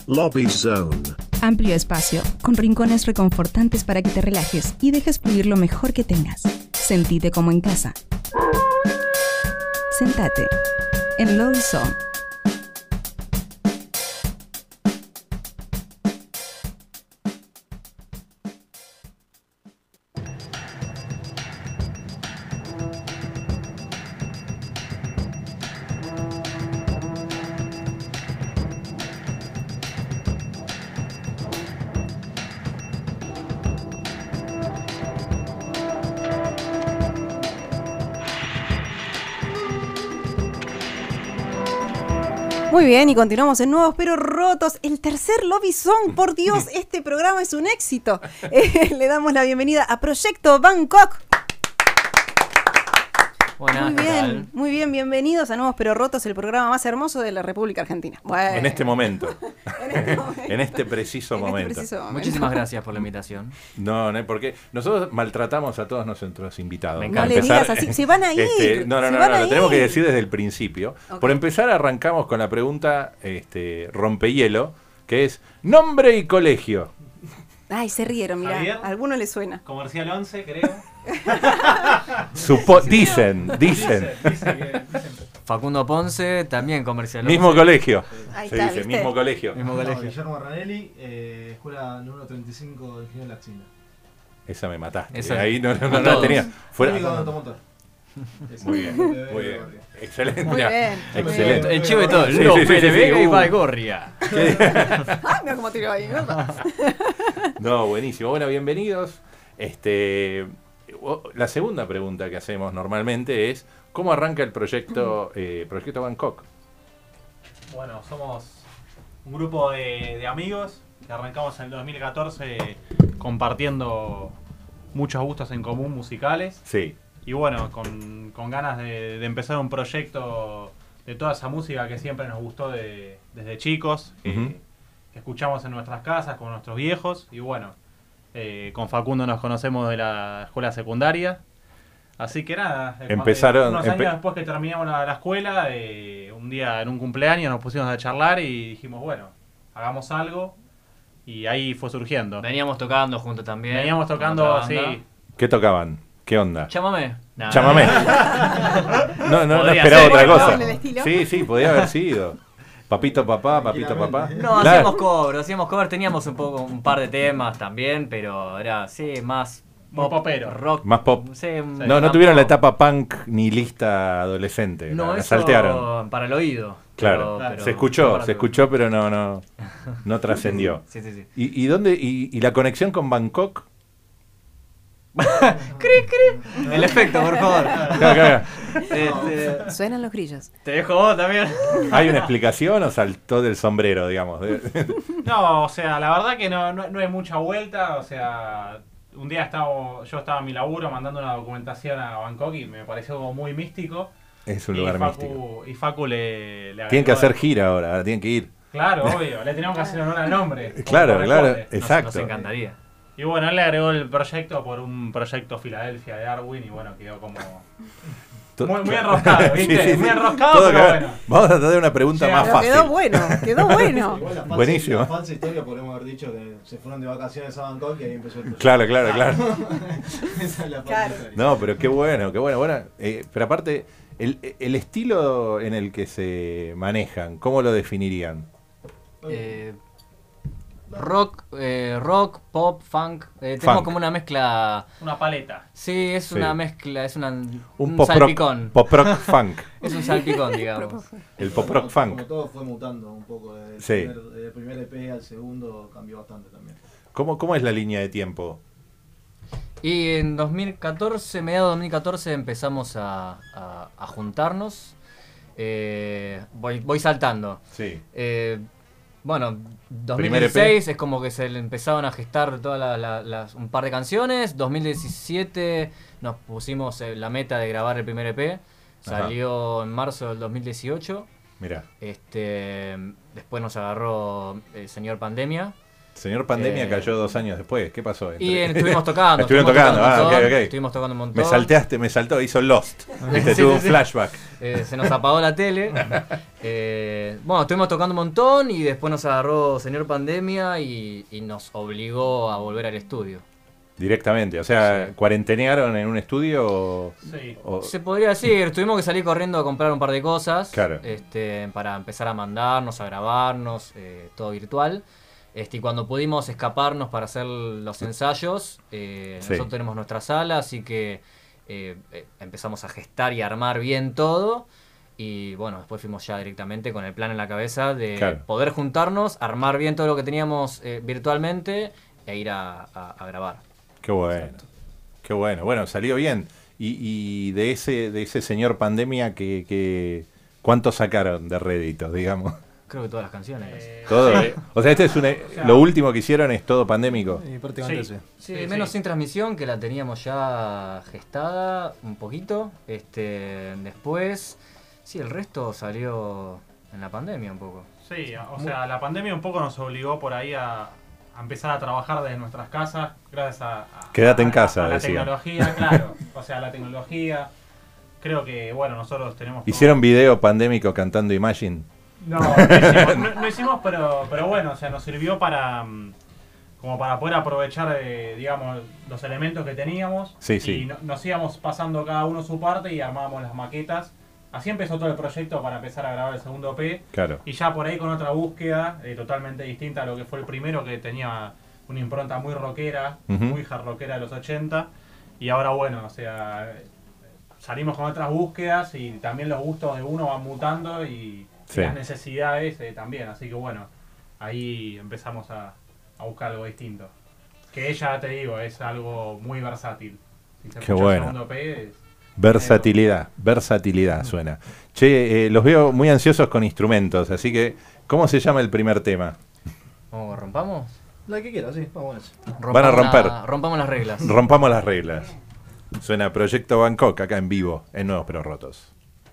Lobby Zone. Amplio espacio, con rincones reconfortantes para que te relajes y dejes fluir lo mejor que tengas. Sentite como en casa. Sentate en Lobby Zone. Muy bien, y continuamos en Nuevos Pero Rotos, el tercer Lobby Zone. Por Dios, este programa es un éxito. Le damos la bienvenida a Proyecto Bangkok. Buenas, Muy bien, bienvenidos a Nuevos Pero Rotos, el programa más hermoso de la República Argentina. Bueno. En este momento. En este preciso momento. Muchísimas gracias por la invitación. No hay por qué. Nosotros maltratamos a todos nuestros invitados. Me No encanta. le digas así, se van a ir. No, lo tenemos que decir desde el principio. Okay. Por empezar, arrancamos con la pregunta rompehielo, que es nombre y colegio. Ay, se rieron, mirá. Javier. A alguno le suena. Comercial 11, creo. Dicen. Dicen. Facundo Ponce, también comercial. Mismo colegio. Ahí Se está, dice, ¿viste? mismo colegio. Mismo No, colegio. Guillermo Ranelli, escuela número 35 de Ingeniería de la China. Esa me mataste. Esa- Ahí no a la todos. tenía. Fuera. Único automotor. Muy bien, muy bien. Excelente. Muy bien. Excelente. El chivo de todo. Sí, Los sí, sí, Pérez sí, Vega y uh. Baigorria. Ay, mira cómo tiró ahí. No, buenísimo. Bueno, bienvenidos. La segunda pregunta que hacemos normalmente es ¿cómo arranca el proyecto Bangkok? Bueno, somos un grupo de amigos que arrancamos en el 2014 compartiendo muchos gustos en común musicales. Sí. Y bueno, con ganas de empezar un proyecto de toda esa música que siempre nos gustó desde chicos, que escuchamos en nuestras casas con nuestros viejos. Y bueno, con Facundo nos conocemos de la escuela secundaria. Así que nada, Empezaron- unos años después que terminamos la escuela, un día en un cumpleaños nos pusimos a charlar y dijimos, bueno, hagamos algo. Y ahí fue surgiendo. Veníamos tocando juntos también. Veníamos con tocando, otra sí. banda. ¿Qué tocaban? ¿Qué onda? Chámame. Nah. Chámame. No Podría esperaba ser, otra ¿no? cosa. En el estilo. Sí, podía haber sido. Papito papá. No, Claro. hacíamos cover, teníamos un par de temas también, pero era, sí, más Muy popero. rock. Más pop. Sí, No tuvieron la etapa punk ni lista adolescente. No, la eso saltearon. para el oído. Claro. Pero Se para- escuchó, pero no trascendió. Sí. ¿Y dónde? ¿Y la conexión con Bangkok? El efecto, por favor. Claro. Suenan los grillos. Te dejo vos también. ¿Hay una explicación o saltó del sombrero, digamos? No, o sea, la verdad que no hay mucha vuelta. O sea, un día yo estaba en mi laburo mandando una documentación a Bangkok y me pareció como muy místico. Es un Y lugar Facu, místico. y Facu le Tienen que agregó- hacer gira ahora tienen que ir. Claro, obvio, le teníamos que hacer honor al nombre. como Claro, corresponde. exacto. Nos encantaría. Y bueno, él le agregó el proyecto por un proyecto Filadelfia de Darwin y bueno, quedó como muy enroscado, ¿viste? Sí. Muy enroscado, Todo pero que- bueno. Vamos a tratar de una pregunta Sí, más Pero fácil. quedó bueno. Igual Buenísimo. La falsa historia podríamos haber dicho que se fueron de vacaciones a Bangkok y ahí empezó el proyecto. Claro. Esa es la falsa Claro. historia. No, pero qué bueno. Bueno, pero aparte, el estilo en el que se manejan, ¿cómo lo definirían? Rock, pop, funk. Tenemos Funk. como una mezcla. Una paleta. Sí, es Sí. una mezcla, es un pop salpicón. pop rock funk. Es un salpicón, digamos. El pop rock funk. Como todo fue mutando un poco. Sí. Del primer EP al segundo cambió bastante también. ¿Cómo es la línea de tiempo? Y en 2014, mediados de 2014, empezamos a juntarnos. Voy saltando. Sí. Bueno, Primer 2016 es como que se le empezaron a gestar todas un par de canciones. 2017 nos pusimos la meta de grabar el primer EP. Salió en marzo del 2018. Mira. Después nos agarró el señor Pandemia. Señor Pandemia cayó 2 años después. ¿Qué pasó? Y estuvimos tocando. Estuvieron tocando, ok. Estuvimos tocando un montón. Me saltó, hizo Lost. Sí, tuvo un sí. flashback. Se nos apagó la tele. Bueno, estuvimos tocando un montón y después nos agarró Señor Pandemia y nos obligó a volver al estudio. Directamente, o sea, Sí. ¿cuarentenearon en un estudio o...? Sí. Se podría decir, tuvimos que salir corriendo a comprar un par de cosas. Claro. Para empezar a mandarnos, a grabarnos, todo virtual. Y cuando pudimos escaparnos para hacer los ensayos, nosotros tenemos nuestra sala, así que empezamos a gestar y armar bien todo. Y bueno, después fuimos ya directamente con el plan en la cabeza de poder juntarnos, armar bien todo lo que teníamos virtualmente e ir a grabar. Qué bueno. Exacto. Qué bueno. Bueno, salió bien. Y de ese señor Pandemia, ¿cuánto sacaron de réditos, digamos? Creo que todas las canciones. ¿Todo? O sea, lo último que hicieron es todo pandémico. Prácticamente sí, menos Sin Transmisión, que la teníamos ya gestada un poquito. Después, sí, el resto salió en la pandemia un poco. Sí, o sea, la pandemia un poco nos obligó por ahí a empezar a trabajar desde nuestras casas, gracias a Quédate en casa, a la decía. tecnología, claro. O sea, la tecnología. Creo que, bueno, nosotros tenemos... ¿Hicieron video pandémico cantando Imagine? No hicimos, pero bueno, o sea, nos sirvió para como para poder aprovechar, digamos, los elementos que teníamos. Sí, y sí. Nos íbamos pasando cada uno su parte y armábamos las maquetas. Así empezó todo el proyecto para empezar a grabar el segundo EP. Claro. Y ya por ahí con otra búsqueda totalmente distinta a lo que fue el primero, que tenía una impronta muy rockera, muy hard rockera de los 80. Y ahora, bueno, o sea, salimos con otras búsquedas y también los gustos de uno van mutando y las necesidades también. Así que bueno, ahí empezamos a buscar algo distinto. Que ella, te digo, es algo muy versátil. Si se Qué escucha bueno. el segundo EP, Versatilidad suena. Che, los veo muy ansiosos con instrumentos, así que, ¿cómo se llama el primer tema? ¿Cómo rompamos? La que quiera, sí, vamos a eso. Van a romper. Rompamos las reglas. Rompamos las reglas. Suena Proyecto Bangkok acá en vivo, en Nuevos Pero Rotos.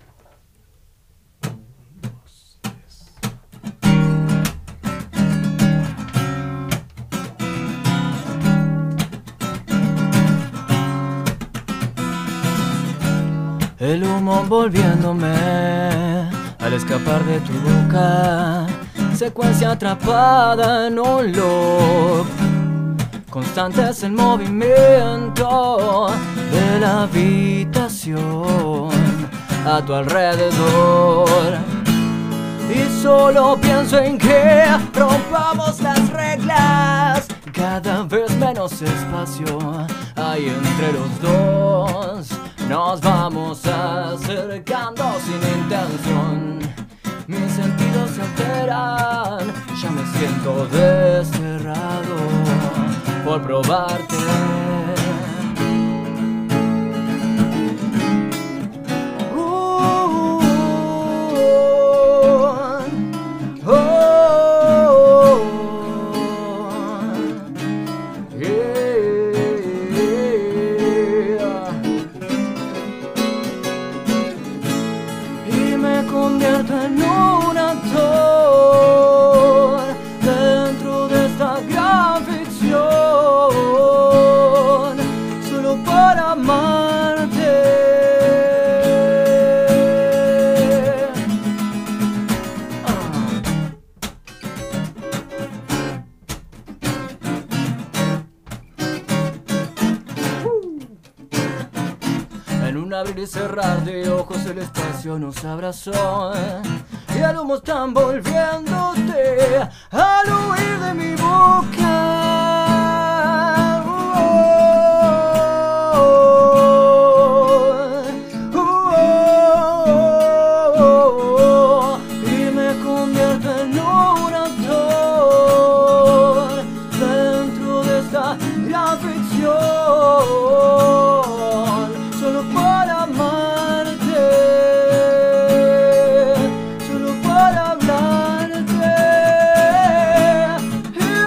El humo envolviéndome al escapar de tu boca, secuencia atrapada en un loop. Constante es el movimiento de la habitación a tu alrededor. Y solo pienso en que rompamos las reglas. Cada vez menos espacio hay entre los dos. Nos vamos acercando sin intención. Mis sentidos se alteran. Ya me siento desterrado por probarte. Y cerrar de ojos el espacio nos abrazó y el humo está envolviéndote al huir de mi boca. Y me convierto en un actor dentro de esta gran ficción. Solo para hablarte.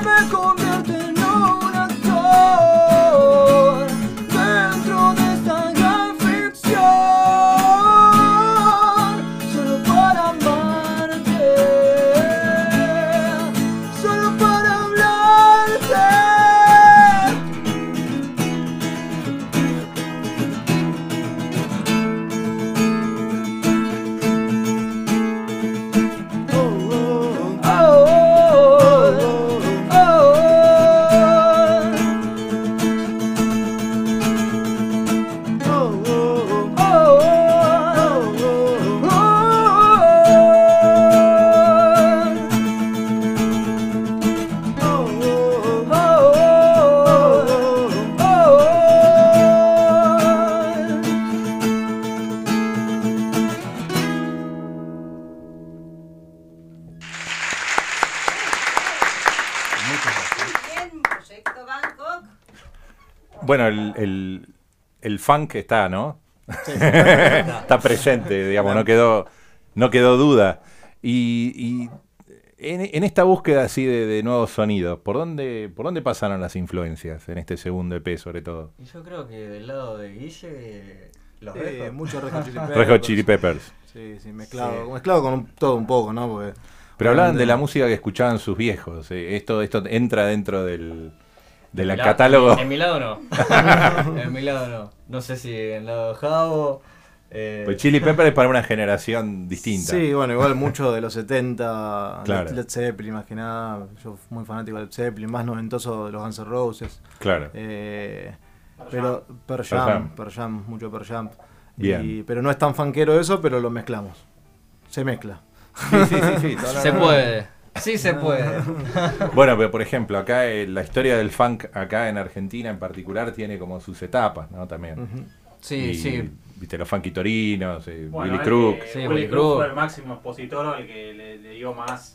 bien, Proyecto Bangkok. Bueno, el funk está, ¿no? Está presente, digamos, no quedó duda. Y en esta búsqueda así de nuevos sonidos, ¿por dónde pasaron las influencias en este segundo EP sobre todo? Y yo creo que del lado de Guille, los Mucho Red Hot Chili Peppers. Red Hot Chili Peppers. Sí, mezclado con todo un poco, ¿no? Porque Pero hablaban de la música que escuchaban sus viejos. Esto entra dentro del catálogo. En mi lado no. En mi lado no. No sé si en el lado de Javo. Pues Chili Peppers es para una generación distinta. Sí, bueno, igual mucho de los 70, Claro. Led Zeppelin más que nada. Yo fui muy fanático de Led Zeppelin, más noventoso de los Guns N' Roses. Claro. Pero Pearl Jam, mucho Pearl Jam. Bien. Pero no es tan funkero eso, pero lo mezclamos. Se mezcla. Sí. Se puede. Sí se puede. Bueno, pero por ejemplo, acá la historia del funk acá en Argentina en particular tiene como sus etapas, ¿no? También. Ujú. Sí, sí. Viste, los funky torinos, Bueno, Willy Crook. Sí, Willy Willy Crook Crook. fue el máximo expositor, el que le dio más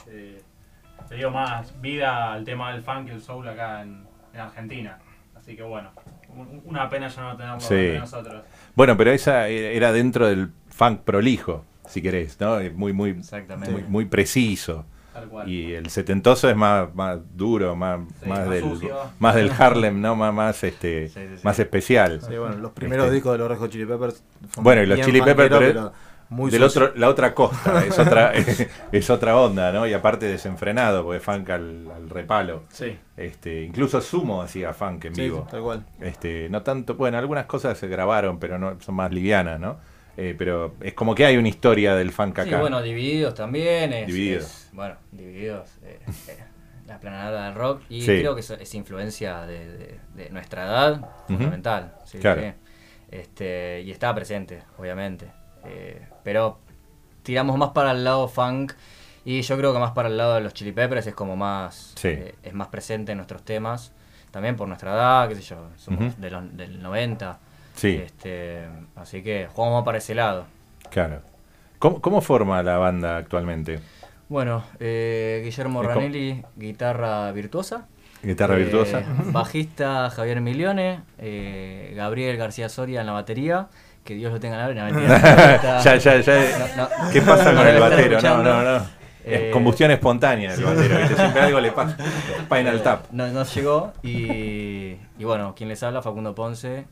vida al tema del funk y el soul acá en Argentina. Así que bueno, una pena ya no tenerlo Sí. entre nosotros. Bueno, pero esa era dentro del funk prolijo, si querés, ¿no? Muy Exactamente. muy preciso. Tal cual. Y el setentoso es más duro, más más del sucio. más del Harlem, ¿no? Más Sí. más especial. Sí, bueno, los primeros discos de los Red Hot Chili Peppers fueron Bueno, y los bien Chili Peppers, funkeros, pero muy del sucios. la otra costa, es otra onda, ¿no? Y aparte desenfrenado, porque funk al repalo. Sí, Incluso Sumo hacía funk en sí, vivo. tal cual. No tanto, bueno, algunas cosas se grabaron, pero no son más livianas, ¿no? Pero es como que hay una historia del funk acá. Sí, bueno, Divididos también. Divididos. Divididos. La planada del rock. Y Sí. creo que es influencia de nuestra edad, fundamental. Sí, Claro. sí. Y estaba presente, obviamente. Pero tiramos más para el lado funk. Y yo creo que más para el lado de los Chili Peppers es como más. Sí. Es más presente en nuestros temas. También por nuestra edad, qué sé yo. Somos Ujú. del 90. Sí, Así que jugamos más para ese lado. claro. ¿Cómo forma la banda actualmente? Bueno, Guillermo ¿Y cómo? Ranelli, guitarra virtuosa. Guitarra virtuosa. Bajista Javier Milione, Gabriel García Soria en la batería. Que Dios lo tenga en la mentira. Ya. No. ¿Qué pasa No con debe el estar batero? escuchando. No. Es combustión espontánea el batero, ¿viste? Siempre algo le pasa. Spinal Tap. Nos llegó y bueno, quien les habla, Facundo Ponce,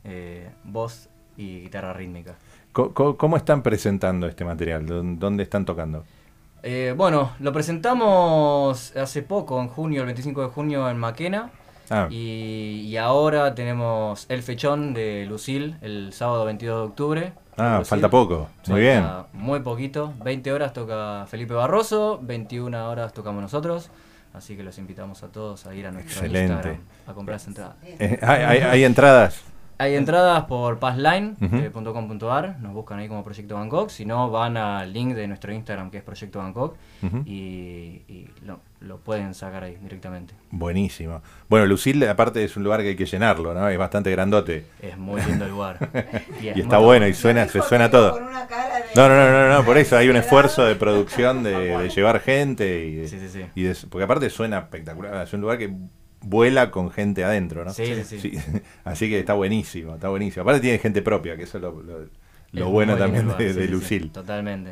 voz y guitarra rítmica. ¿Cómo están presentando este material? ¿Dónde están tocando? Bueno, lo presentamos hace poco, en junio, el 25 de junio en Maquena. Ah, Y ahora tenemos el fechón de Lucil el sábado 22 de octubre. Lucil. falta poco. Muy bien. Falta muy poquito. 20 horas toca Felipe Barroso, 21 horas tocamos nosotros. Así que los invitamos a todos a ir a nuestro Excelente. Instagram a comprar las entradas. ¿Hay entradas? Hay entradas por passline.com.ar, Ujú. nos buscan ahí como Proyecto Bangkok, si no van al link de nuestro Instagram que es Proyecto Bangkok Ujú. y lo pueden sacar ahí directamente. Buenísimo. Bueno, Lucil, aparte es un lugar que hay que llenarlo, ¿no? Es bastante grandote. Es muy lindo el lugar. Y está bueno y se suena todo. Con una cara de... No, por eso hay un esfuerzo de producción de llevar gente Sí. porque aparte suena espectacular, es un lugar que vuela con gente adentro, ¿no? Sí. Así que está buenísimo. Aparte tiene gente propia, que eso es Es lo bueno muy también lindo el lugar, de sí, Lucil. Totalmente.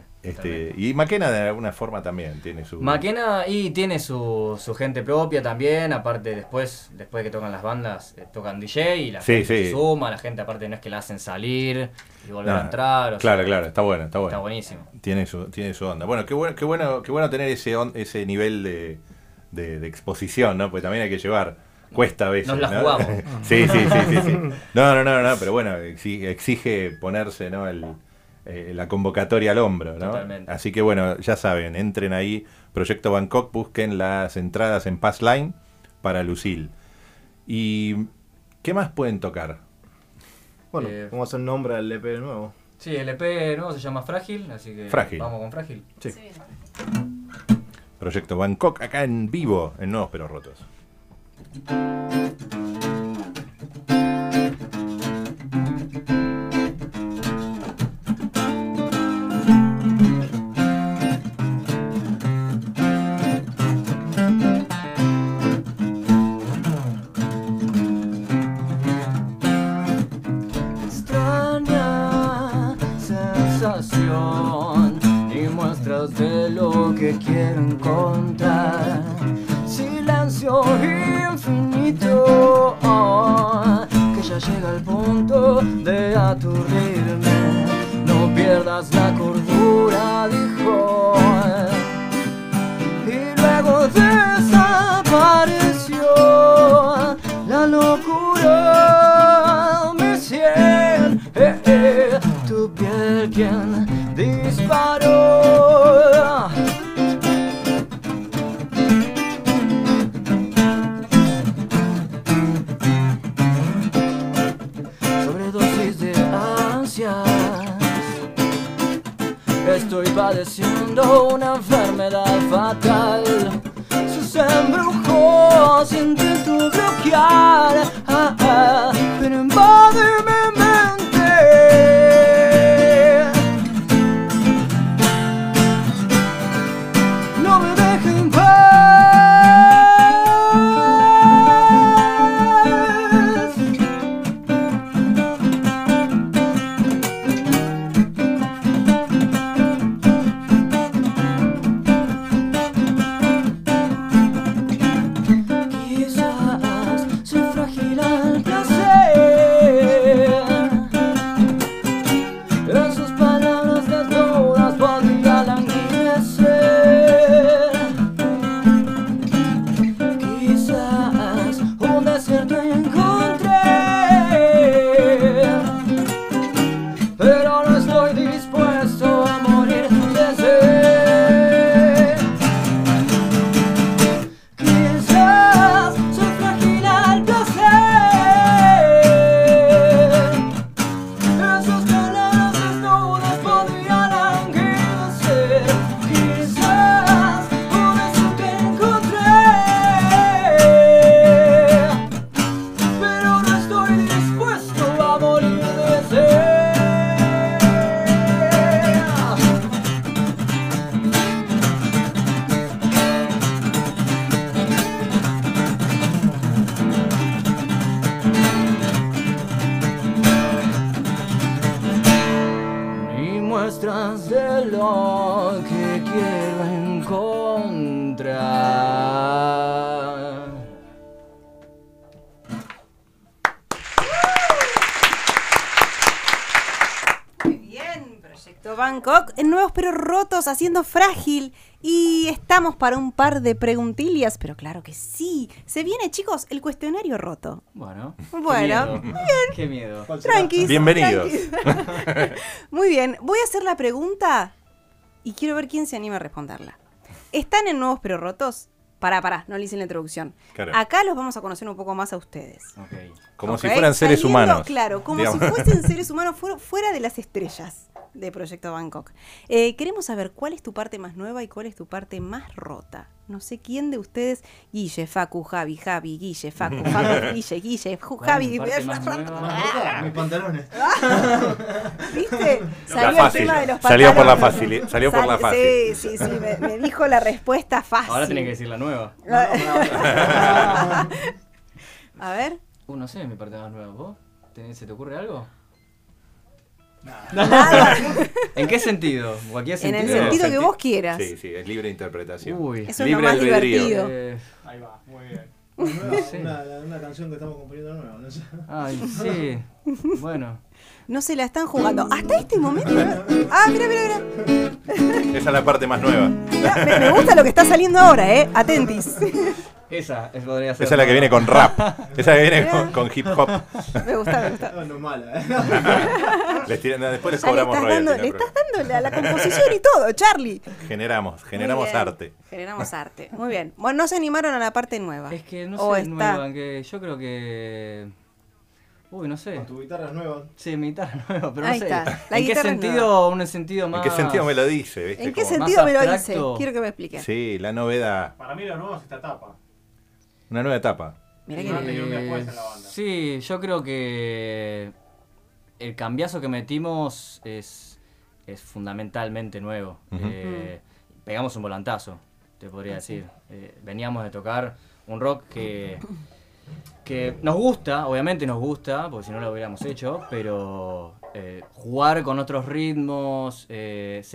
Y Maquena de alguna forma también tiene su... Maquena y tiene su gente propia también, aparte después que tocan las bandas, tocan DJ y la Sí, gente sí. se suma, la gente aparte no es que la hacen salir y volver No, a entrar. O claro, sea, está bueno. Está buenísimo. Tiene su onda. Bueno, qué bueno tener ese nivel de exposición, ¿no? Porque también hay que llevar, cuesta a veces. Nos la ¿no? jugamos. Sí. No, pero bueno, exige ponerse, ¿no? La convocatoria al hombro, ¿no? Totalmente. Así que bueno, ya saben, entren ahí, Proyecto Bangkok, busquen las entradas en Passline para Lucil. ¿Y qué más pueden tocar? Bueno, Eh, vamos a hacer nombre al EP nuevo. Sí, el EP nuevo se llama Frágil, así que Frágil. vamos con Frágil. Sí. Proyecto Bangkok acá en vivo, en Nuevos Pero Rotos. infinito, que ya llega al punto de aturdirme. No pierdas la cordura, dijo, y luego desapareció. La locura me siente, tu piel quien disparó. Sobredosis de ansias, estoy padeciendo una enfermedad fatal. Sus embrujos intento bloquear, pero invade mi mente. No me dejen paz. Quizás soy frágil al placer, en sus palabras desnudas podría languidecer. Quizás un desierto encontré, pero no estoy dispuesto a morir de sed. Quizás soy frágil al placer, en sus palabras desnudas podría languidecer. Quizás un desierto encontré, pero no estoy dispuesto a morir de sed. Ni muestras de lo que quiero encontrar. Muy bien, Proyecto Bangkok, en Nuevos pero Rotos, haciendo Frágil. Y estamos para un par de preguntillas, pero claro que sí. Se viene, chicos, el cuestionario roto. Bueno. Bueno, Qué miedo. Qué miedo. Tranquis. Bienvenidos. tranquis. Muy bien, voy a hacer la pregunta y quiero ver quién se anima a responderla. ¿Están en Nuevos pero Rotos? Pará, no le hice la introducción. Claro. Acá los vamos a conocer un poco más a ustedes. Ok. Como ¿Ok? si fueran seres Saliendo, humanos. Claro, como digamos. si fuesen seres humanos fuera de las estrellas de Proyecto Bangkok. Queremos saber cuál es tu parte más nueva y cuál es tu parte más rota. No sé quién de ustedes, Guille, Facu, Javi, Guille, Facu, Guille, Javi. ¿Cuál es mi parte más nueva? Mis pantalones. ¿Viste? La Salió el fácil. tema de los Salió por la pantalones. fácil. Salió por la fácil. Sí, me dijo la respuesta fácil. Ahora tenés que decir la nueva. A ver. No sé, mi parte más nueva. ¿Vos? ¿Se te ocurre algo? Nada. ¿En qué sentido? ¿Cualquier En sentido? el sentido que vos quieras. Sí, es libre interpretación. Uy. Eso es lo Libre más albedrío. divertido. Ahí va, muy bien. Sí. Una canción que estamos componiendo nueva, no sé. Ay, sí. Bueno. No se la están jugando. Hasta este momento. Ah, mira. Esa es la parte más nueva. Me gusta lo que está saliendo ahora, Atentis. Esa podría ser. Esa es la que viene con rap. Esa que viene con hip hop. Me gusta. No es mala, Después les Ya cobramos royalties. le estás dando a la composición y todo, Charlie. Generamos Muy bien. arte. Generamos arte. Muy bien. Bueno, no se animaron a la parte nueva. Es que no O sé, está. nueva, que yo creo que... Uy, no sé. Con tu guitarra nueva. Sí, mi guitarra nueva, pero Ahí no sé. está, la ¿En qué guitarra es sentido? Un sentido más... ¿En qué sentido me lo dice? ¿Viste? ¿En qué Como- sentido me lo dice? abstracto. Quiero que me explique. Sí, la novedad. Para mí lo nuevo es esta etapa. Una nueva etapa. Mirá Sí, que no te- un después en la banda. Sí, yo creo que el cambiazo que metimos es fundamentalmente nuevo. Ujú. Pegamos un volantazo, te podría decir. Veníamos de tocar un rock que nos gusta, obviamente nos gusta, porque si no lo hubiéramos hecho, pero jugar con otros ritmos,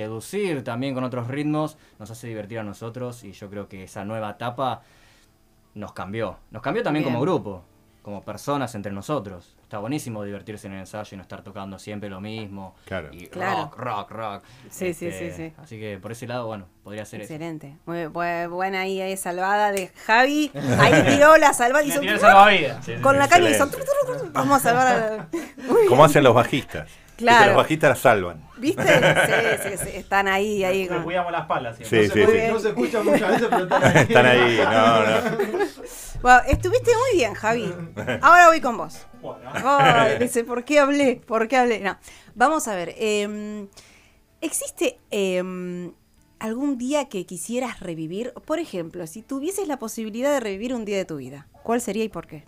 seducir también con otros ritmos, nos hace divertir a nosotros y yo creo que esa nueva etapa nos cambió. Nos cambió también Bien. como grupo, como personas entre nosotros. Está buenísimo divertirse en el ensayo y no estar tocando siempre lo mismo. Claro. Y Claro. rock. Sí, sí. Así que por ese lado, bueno, podría ser eso. Excelente. Muy buena ahí salvada de Javi. Ahí tiró la salvada y Me hizo tiré el salvavidas. con la caña hizo Excelente. vamos a salvar a... Muy Como hacen los bajistas. Claro. Viste, los bajistas la salvan. ¿Viste? Sí. Están ahí Le con... cuidamos las palas siempre. Sí, sí. No se escucha muchas veces, pero están ahí. Están ahí, no. Bueno, estuviste muy bien, Javi. Ahora voy con vos. Bueno, Ay, dice, ¿por qué hablé? No, vamos a ver. ¿Existe algún día que quisieras revivir? Por ejemplo, si tuvieses la posibilidad de revivir un día de tu vida, ¿cuál sería y por qué?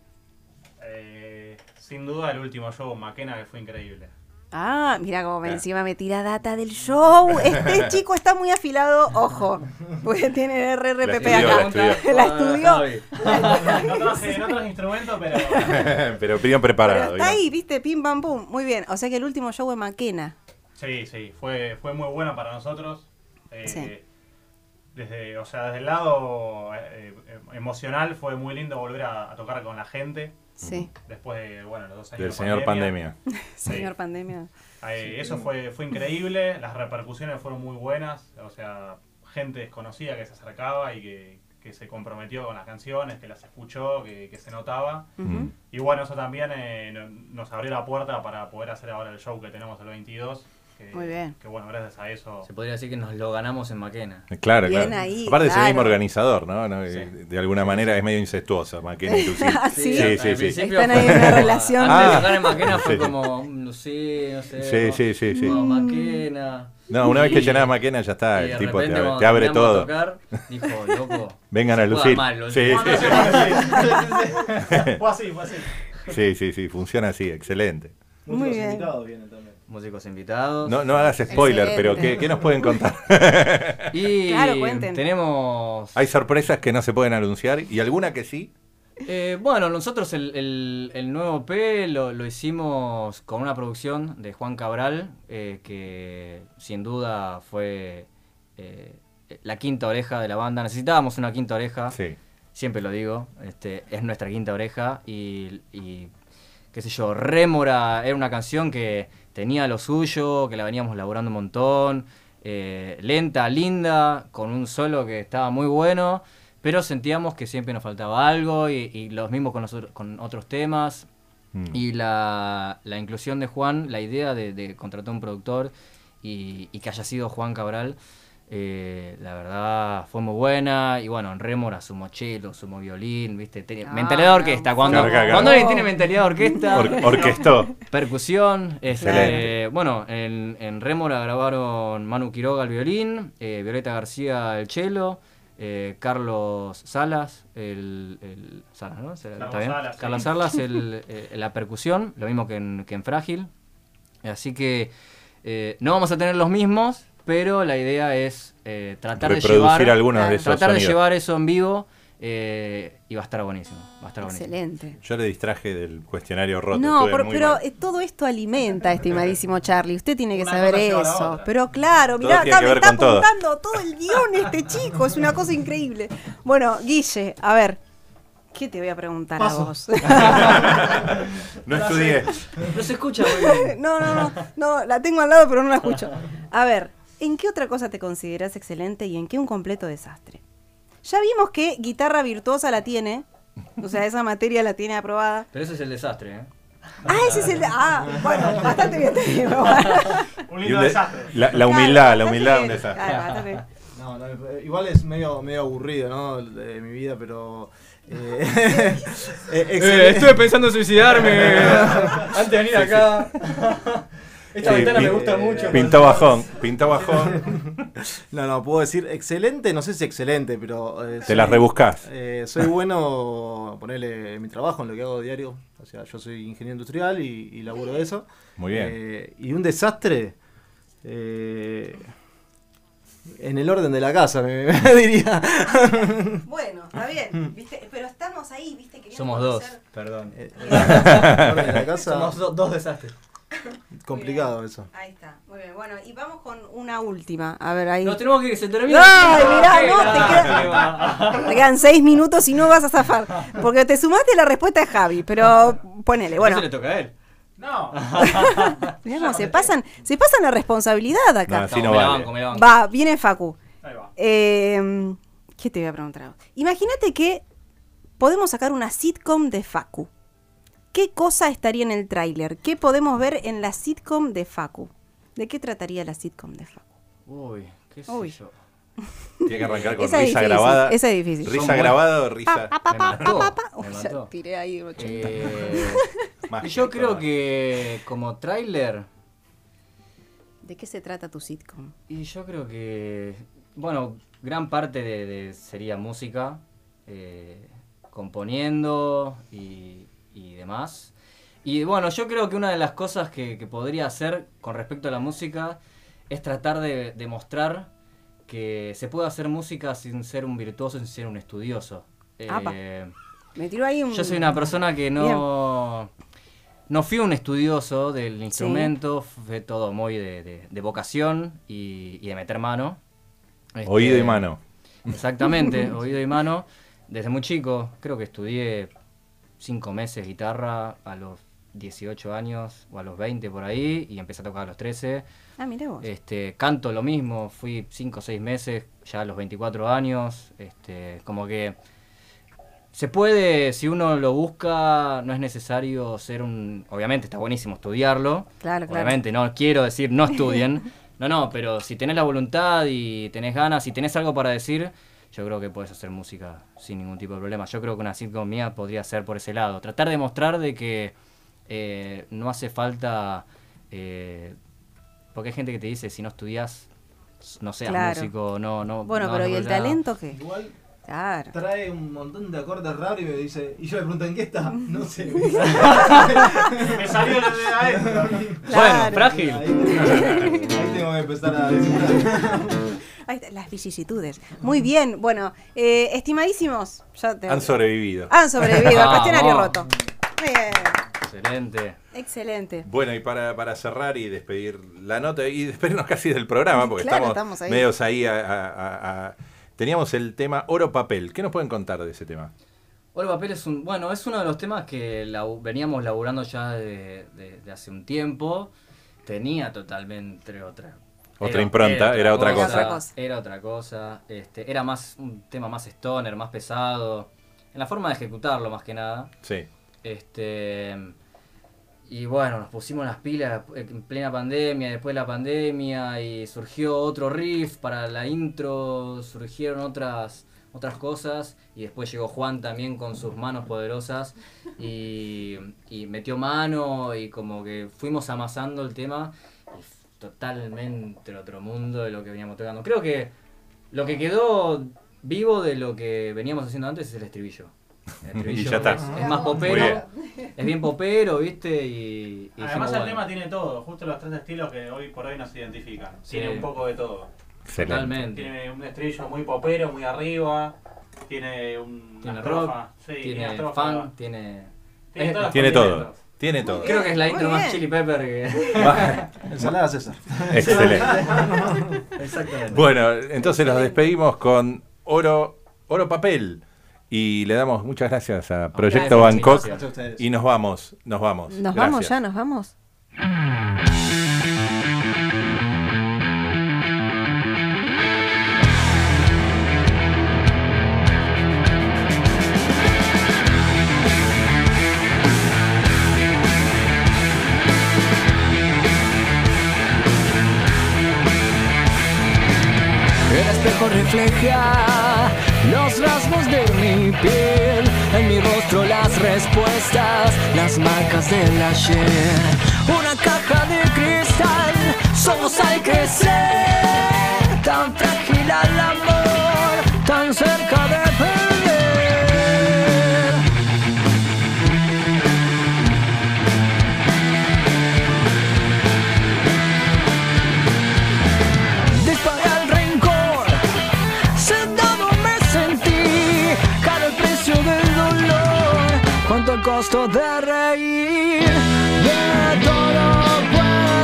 sin duda el último show, Maquena, que fue increíble. Ah, mira cómo encima me tira data del show. Este chico está muy afilado, ojo. Porque tiene RRPP acá. La estudió. No traje instrumento, pero... Pero bien preparado. Pero está ahí, viste, pim pam pum. Muy bien. O sea que el último show de Maquena. Sí, fue muy bueno para nosotros. Sí. Desde el lado emocional fue muy lindo volver a tocar con la gente. Sí. Después de, los 2 años Del de señor pandemia. Sí. Señor pandemia. Eso fue increíble, las repercusiones fueron muy buenas, o sea, gente desconocida que se acercaba y que se comprometió con las canciones, que las escuchó, que se notaba. Ujú. Y bueno, eso también nos abrió la puerta para poder hacer ahora el show que tenemos el 22. Muy bien. Que bueno, gracias a eso... Se podría decir que nos lo ganamos en Maquena. Claro, Bien claro. ahí, Aparte es el claro. mismo organizador, ¿no? Sí. De alguna manera es medio incestuosa, Maquena inclusive. Ah, ¿sí? Sí, al sí. principio Están ahí fue en una como- relación. Antes de Ah. tocar en Maquena fue Sí. como, no sé. Sí. No, Maquena. No, una vez que Y- llenás Maquena ya está, y el de tipo repente, cuando te abre terminamos de todo. tocar, dijo, loco. Vengan a se puede lucir. armar lo Sí, último. Fue así. sí, funciona así, excelente. Muy Músicos bien. invitados vienen también. Músicos invitados. No hagas spoiler, pero Excelente. ¿qué nos pueden contar? Y Claro, cuenten. tenemos... Hay sorpresas que no se pueden anunciar y alguna que sí. Bueno, nosotros el nuevo EP lo hicimos con una producción de Juan Cabral, que sin duda fue la quinta oreja de la banda. Necesitábamos una quinta oreja, Sí. siempre lo digo, es nuestra quinta oreja y qué sé yo, Rémora era una canción que tenía lo suyo, que la veníamos laburando un montón, lenta, linda, con un solo que estaba muy bueno. Pero sentíamos que siempre nos faltaba algo y los mismos con otros temas. Y la inclusión de Juan, la idea de contratar un productor y que haya sido Juan Cabral, la verdad fue muy buena. Y bueno, en Rémora sumo cello, sumo violín, ¿viste? Mentalidad de orquesta. Cuando Claro. alguien tiene mentalidad de orquesta, Orquestó. percusión. Excelente. Bueno, en Rémora grabaron Manu Quiroga al violín, Violeta García el cello. Carlos Salas, Salas, ¿no? ¿Está bien? Salas, sí. Carlos Salas, la percusión, lo mismo que en Frágil. Así que no vamos a tener los mismos, pero la idea es tratar de Reproducir algunos de esos tratar de sonidos. llevar eso en vivo y va a estar buenísimo. Va a estar buenísimo. Excelente. Yo le distraje del cuestionario roto. No, estuve muy pero mal. todo esto alimenta, estimadísimo Charlie. Usted tiene que Una saber cosa lleva a la eso. otra. Pero claro, Todo mirá, tiene acá que me ver está con todo. apuntando todo el guión este chico. Es una cosa increíble. Bueno, Guille, a ver. ¿Qué te voy a preguntar a vos? No estudié. No se escucha muy bien. No, la tengo al lado, pero no la escucho. A ver, ¿en qué otra cosa te consideras excelente y en qué un completo desastre? Ya vimos que guitarra virtuosa la tiene. O sea, esa materia la tiene aprobada. Pero ese es el desastre, ¿eh? Ah, ese es el... Ah, bueno, bastante bien te digo. Un Y lindo desastre. La humildad, Claro, un bastante desastre. bien. Claro, bastante bien. No, igual es medio aburrido, ¿no? De mi vida, pero... Estuve pensando en suicidarme antes de venir acá. Esta Sí, ventana me gusta mucho. Pintó bajón. No, puedo decir excelente, no sé si excelente, pero... Te las rebuscás. Soy bueno, ponerle mi trabajo en lo que hago diario. O sea, yo soy ingeniero industrial y laburo de eso. Muy bien. Y un desastre... en el orden de la casa, me diría. Bueno, está bien, ¿viste? Pero estamos ahí, ¿viste? Queríamos Somos dos, conocer- perdón. En el orden de la casa. Somos dos desastres. complicado eso. Ahí está, muy bien. Bueno, y vamos con una última. A ver, ahí. Nos tenemos que se termina. ¡Ay, mirá, te quedan 6 minutos y no vas a zafar. Porque te sumaste la respuesta de Javi, pero ponele, bueno. Eso le toca a él. No. Mirá cómo se pasan la responsabilidad acá. No, así no me la vale. banco, me la banco. Va, viene Facu. Ahí va. ¿Qué te voy a preguntar? Imagínate que podemos sacar una sitcom de Facu. ¿Qué cosa estaría en el tráiler? ¿Qué podemos ver en la sitcom de Facu? ¿De qué trataría la sitcom de Facu? Uy, qué sé Uy. yo. Tiene que arrancar con Esa es risa difícil, grabada. esa es difícil. Risa grabada o risa. Me mató. Uy, Me ya mató. tiré ahí 80. Más Yo que creo todo. que como tráiler, ¿De qué se trata tu sitcom? y yo creo que, bueno, gran parte sería música, componiendo y demás. Y bueno, yo creo que una de las cosas que podría hacer con respecto a la música es tratar de demostrar que se puede hacer música sin ser un virtuoso, sin ser un estudioso. Apa. Me tiró ahí un... Yo soy una persona que no fui un estudioso del instrumento, fue todo muy de vocación y de meter mano. Oído y mano. Exactamente, oído y mano. Desde muy chico, creo que estudié 5 meses guitarra a los 18 años o a los 20 por ahí y empecé a tocar a los 13. Ah, mirá vos. Canto lo mismo, fui 5 o 6 meses ya a los 24 años. Como que se puede, si uno lo busca, no es necesario ser un... Obviamente está buenísimo estudiarlo. Claro, claro. Obviamente no quiero decir no estudien. No, pero si tenés la voluntad y tenés ganas y tenés algo para decir, yo creo que podés hacer música sin ningún tipo de problema. Yo creo que una sitcom mía podría ser por ese lado. Tratar de mostrar de que no hace falta... porque hay gente que te dice, si no estudias, no seas Claro. músico, no. Bueno, no, pero no, ¿y el ya. talento qué? Igual Claro. trae un montón de acordes raros y me dice, y yo le pregunto, ¿en qué está? No sé. Me salió la de adentro. Bueno, frágil. Ahí tengo que empezar a descifrar. Ahí está, las vicisitudes. Muy bien, bueno, estimadísimos. Ya te... Han sobrevivido. Han sobrevivido al Vamos. cuestionario roto. Bien. Excelente. Excelente. Bueno, y para cerrar y despedir la nota y despedirnos casi del programa, porque Claro, estamos ahí. medios ahí teníamos el tema Oro Papel. ¿Qué nos pueden contar de ese tema? Oro Papel es uno de los temas que veníamos laburando ya de hace un tiempo. Tenía totalmente otra impronta, era otra cosa. Era otra cosa. Era más un tema más stoner, más pesado. En la forma de ejecutarlo más que nada. Sí. Y bueno, nos pusimos las pilas en plena pandemia, después de la pandemia, y surgió otro riff para la intro, surgieron otras cosas, y después llegó Juan también con sus manos poderosas, y metió mano, y como que fuimos amasando el tema, y totalmente otro mundo de lo que veníamos tocando. Creo que lo que quedó vivo de lo que veníamos haciendo antes es el estribillo. El estribillo Y ya está. es más popero, es bien popero, ¿viste? Y Además dijimos, el bueno, tema tiene todo, justo los 3 estilos que hoy por hoy nos identifican. Sí. Tiene un poco de todo. Excelente. totalmente. Tiene un estribillo muy popero, muy arriba. Tiene una Tiene estrofa, rock, sí, una tiene estrofa. funk, tiene Tiene todos los Tiene todo. condimentos. Tiene todo. Creo que es la Muy intro más bien. Chili Pepper que... Ensalada César. Excelente. Exactamente. Bueno, entonces nos despedimos con Oro Papel. Y le damos muchas gracias a Proyecto Gracias, Bangkok. gracias. A ustedes. Y nos vamos. Nos vamos Gracias. ya, nos vamos. El espejo refleja los rasgos de mi piel, en mi rostro las respuestas, las marcas del ayer. Una caja de cristal, somos al crecer, tan frágil al amor, tan cerca de perder. Disparé al rencor, sentado me sentí, caro el precio del dolor, cuánto el costo de reír, de todo puedo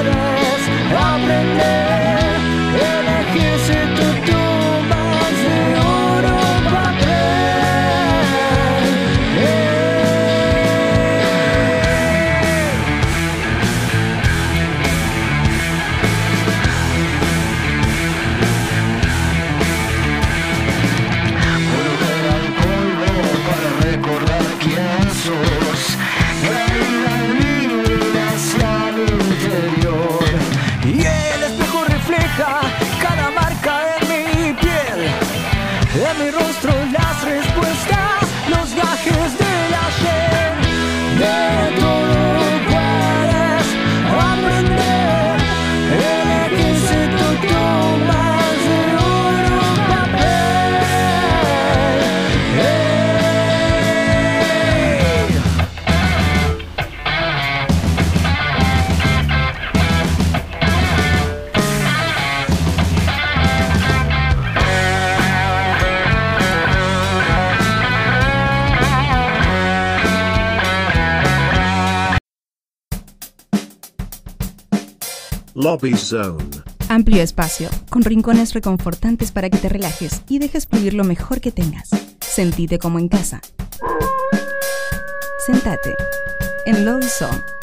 Lobby Zone. Amplio espacio, con rincones reconfortantes para que te relajes y dejes fluir lo mejor que tengas. Sentite como en casa. Sentate en Lobby Zone.